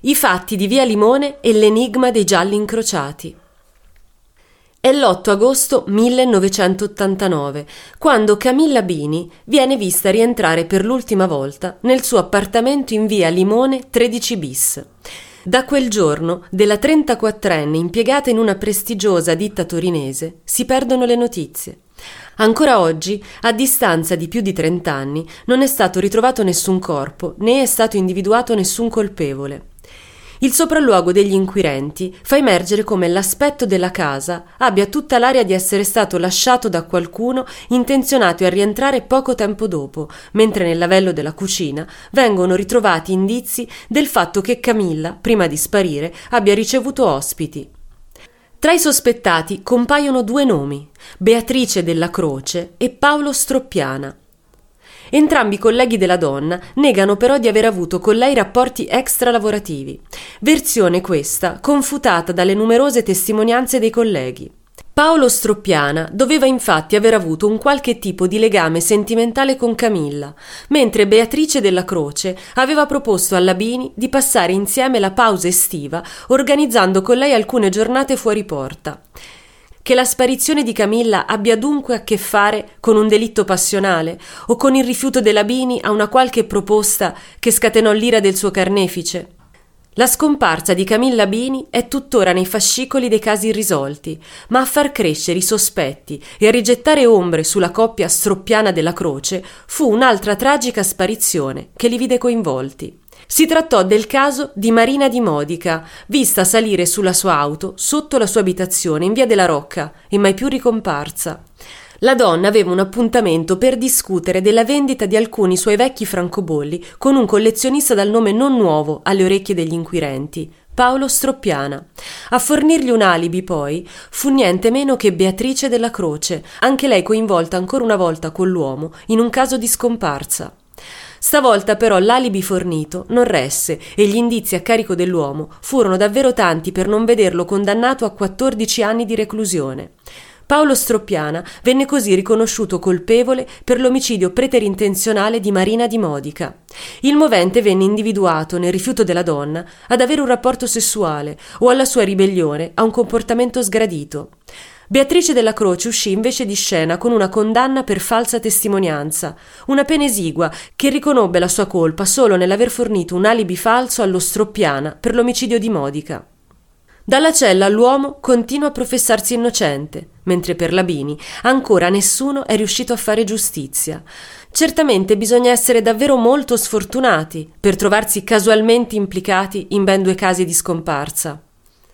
I fatti di Via Limone e l'enigma dei gialli incrociati. È l'8 agosto 1989, quando Camilla Bini viene vista rientrare per l'ultima volta nel suo appartamento in Via Limone 13 bis. Da quel giorno, della 34enne impiegata in una prestigiosa ditta torinese, si perdono le notizie. Ancora oggi, a distanza di più di 30 anni, non è stato ritrovato nessun corpo, né è stato individuato nessun colpevole. Il sopralluogo degli inquirenti fa emergere come l'aspetto della casa abbia tutta l'aria di essere stato lasciato da qualcuno intenzionato a rientrare poco tempo dopo, mentre nel lavello della cucina vengono ritrovati indizi del fatto che Camilla, prima di sparire, abbia ricevuto ospiti. Tra i sospettati compaiono 2 nomi, Beatrice Della Croce e Paolo Stroppiana. Entrambi i colleghi della donna negano però di aver avuto con lei rapporti extralavorativi, versione questa confutata dalle numerose testimonianze dei colleghi. Paolo Stroppiana doveva infatti aver avuto un qualche tipo di legame sentimentale con Camilla, mentre Beatrice Della Croce aveva proposto alla Bini di passare insieme la pausa estiva organizzando con lei alcune giornate fuori porta. Che la sparizione di Camilla abbia dunque a che fare con un delitto passionale o con il rifiuto della Bini a una qualche proposta che scatenò l'ira del suo carnefice? La scomparsa di Camilla Bini è tuttora nei fascicoli dei casi irrisolti, ma a far crescere i sospetti e a rigettare ombre sulla coppia Stroppiana Della Croce fu un'altra tragica sparizione che li vide coinvolti. Si trattò del caso di Marina Di Modica, vista salire sulla sua auto sotto la sua abitazione in via della Rocca e mai più ricomparsa. La donna aveva un appuntamento per discutere della vendita di alcuni suoi vecchi francobolli con un collezionista dal nome non nuovo alle orecchie degli inquirenti, Paolo Stroppiana. A fornirgli un alibi poi fu niente meno che Beatrice Della Croce, anche lei coinvolta ancora una volta con l'uomo in un caso di scomparsa. Stavolta però l'alibi fornito non resse e gli indizi a carico dell'uomo furono davvero tanti per non vederlo condannato a 14 anni di reclusione. Paolo Stroppiana venne così riconosciuto colpevole per l'omicidio preterintenzionale di Marina Di Modica. Il movente venne individuato nel rifiuto della donna ad avere un rapporto sessuale o alla sua ribellione a un comportamento sgradito. Beatrice Della Croce uscì invece di scena con una condanna per falsa testimonianza, una pena esigua che riconobbe la sua colpa solo nell'aver fornito un alibi falso allo Stroppiana per l'omicidio di Modica. Dalla cella l'uomo continua a professarsi innocente, mentre per la Bini ancora nessuno è riuscito a fare giustizia. Certamente bisogna essere davvero molto sfortunati per trovarsi casualmente implicati in ben 2 casi di scomparsa.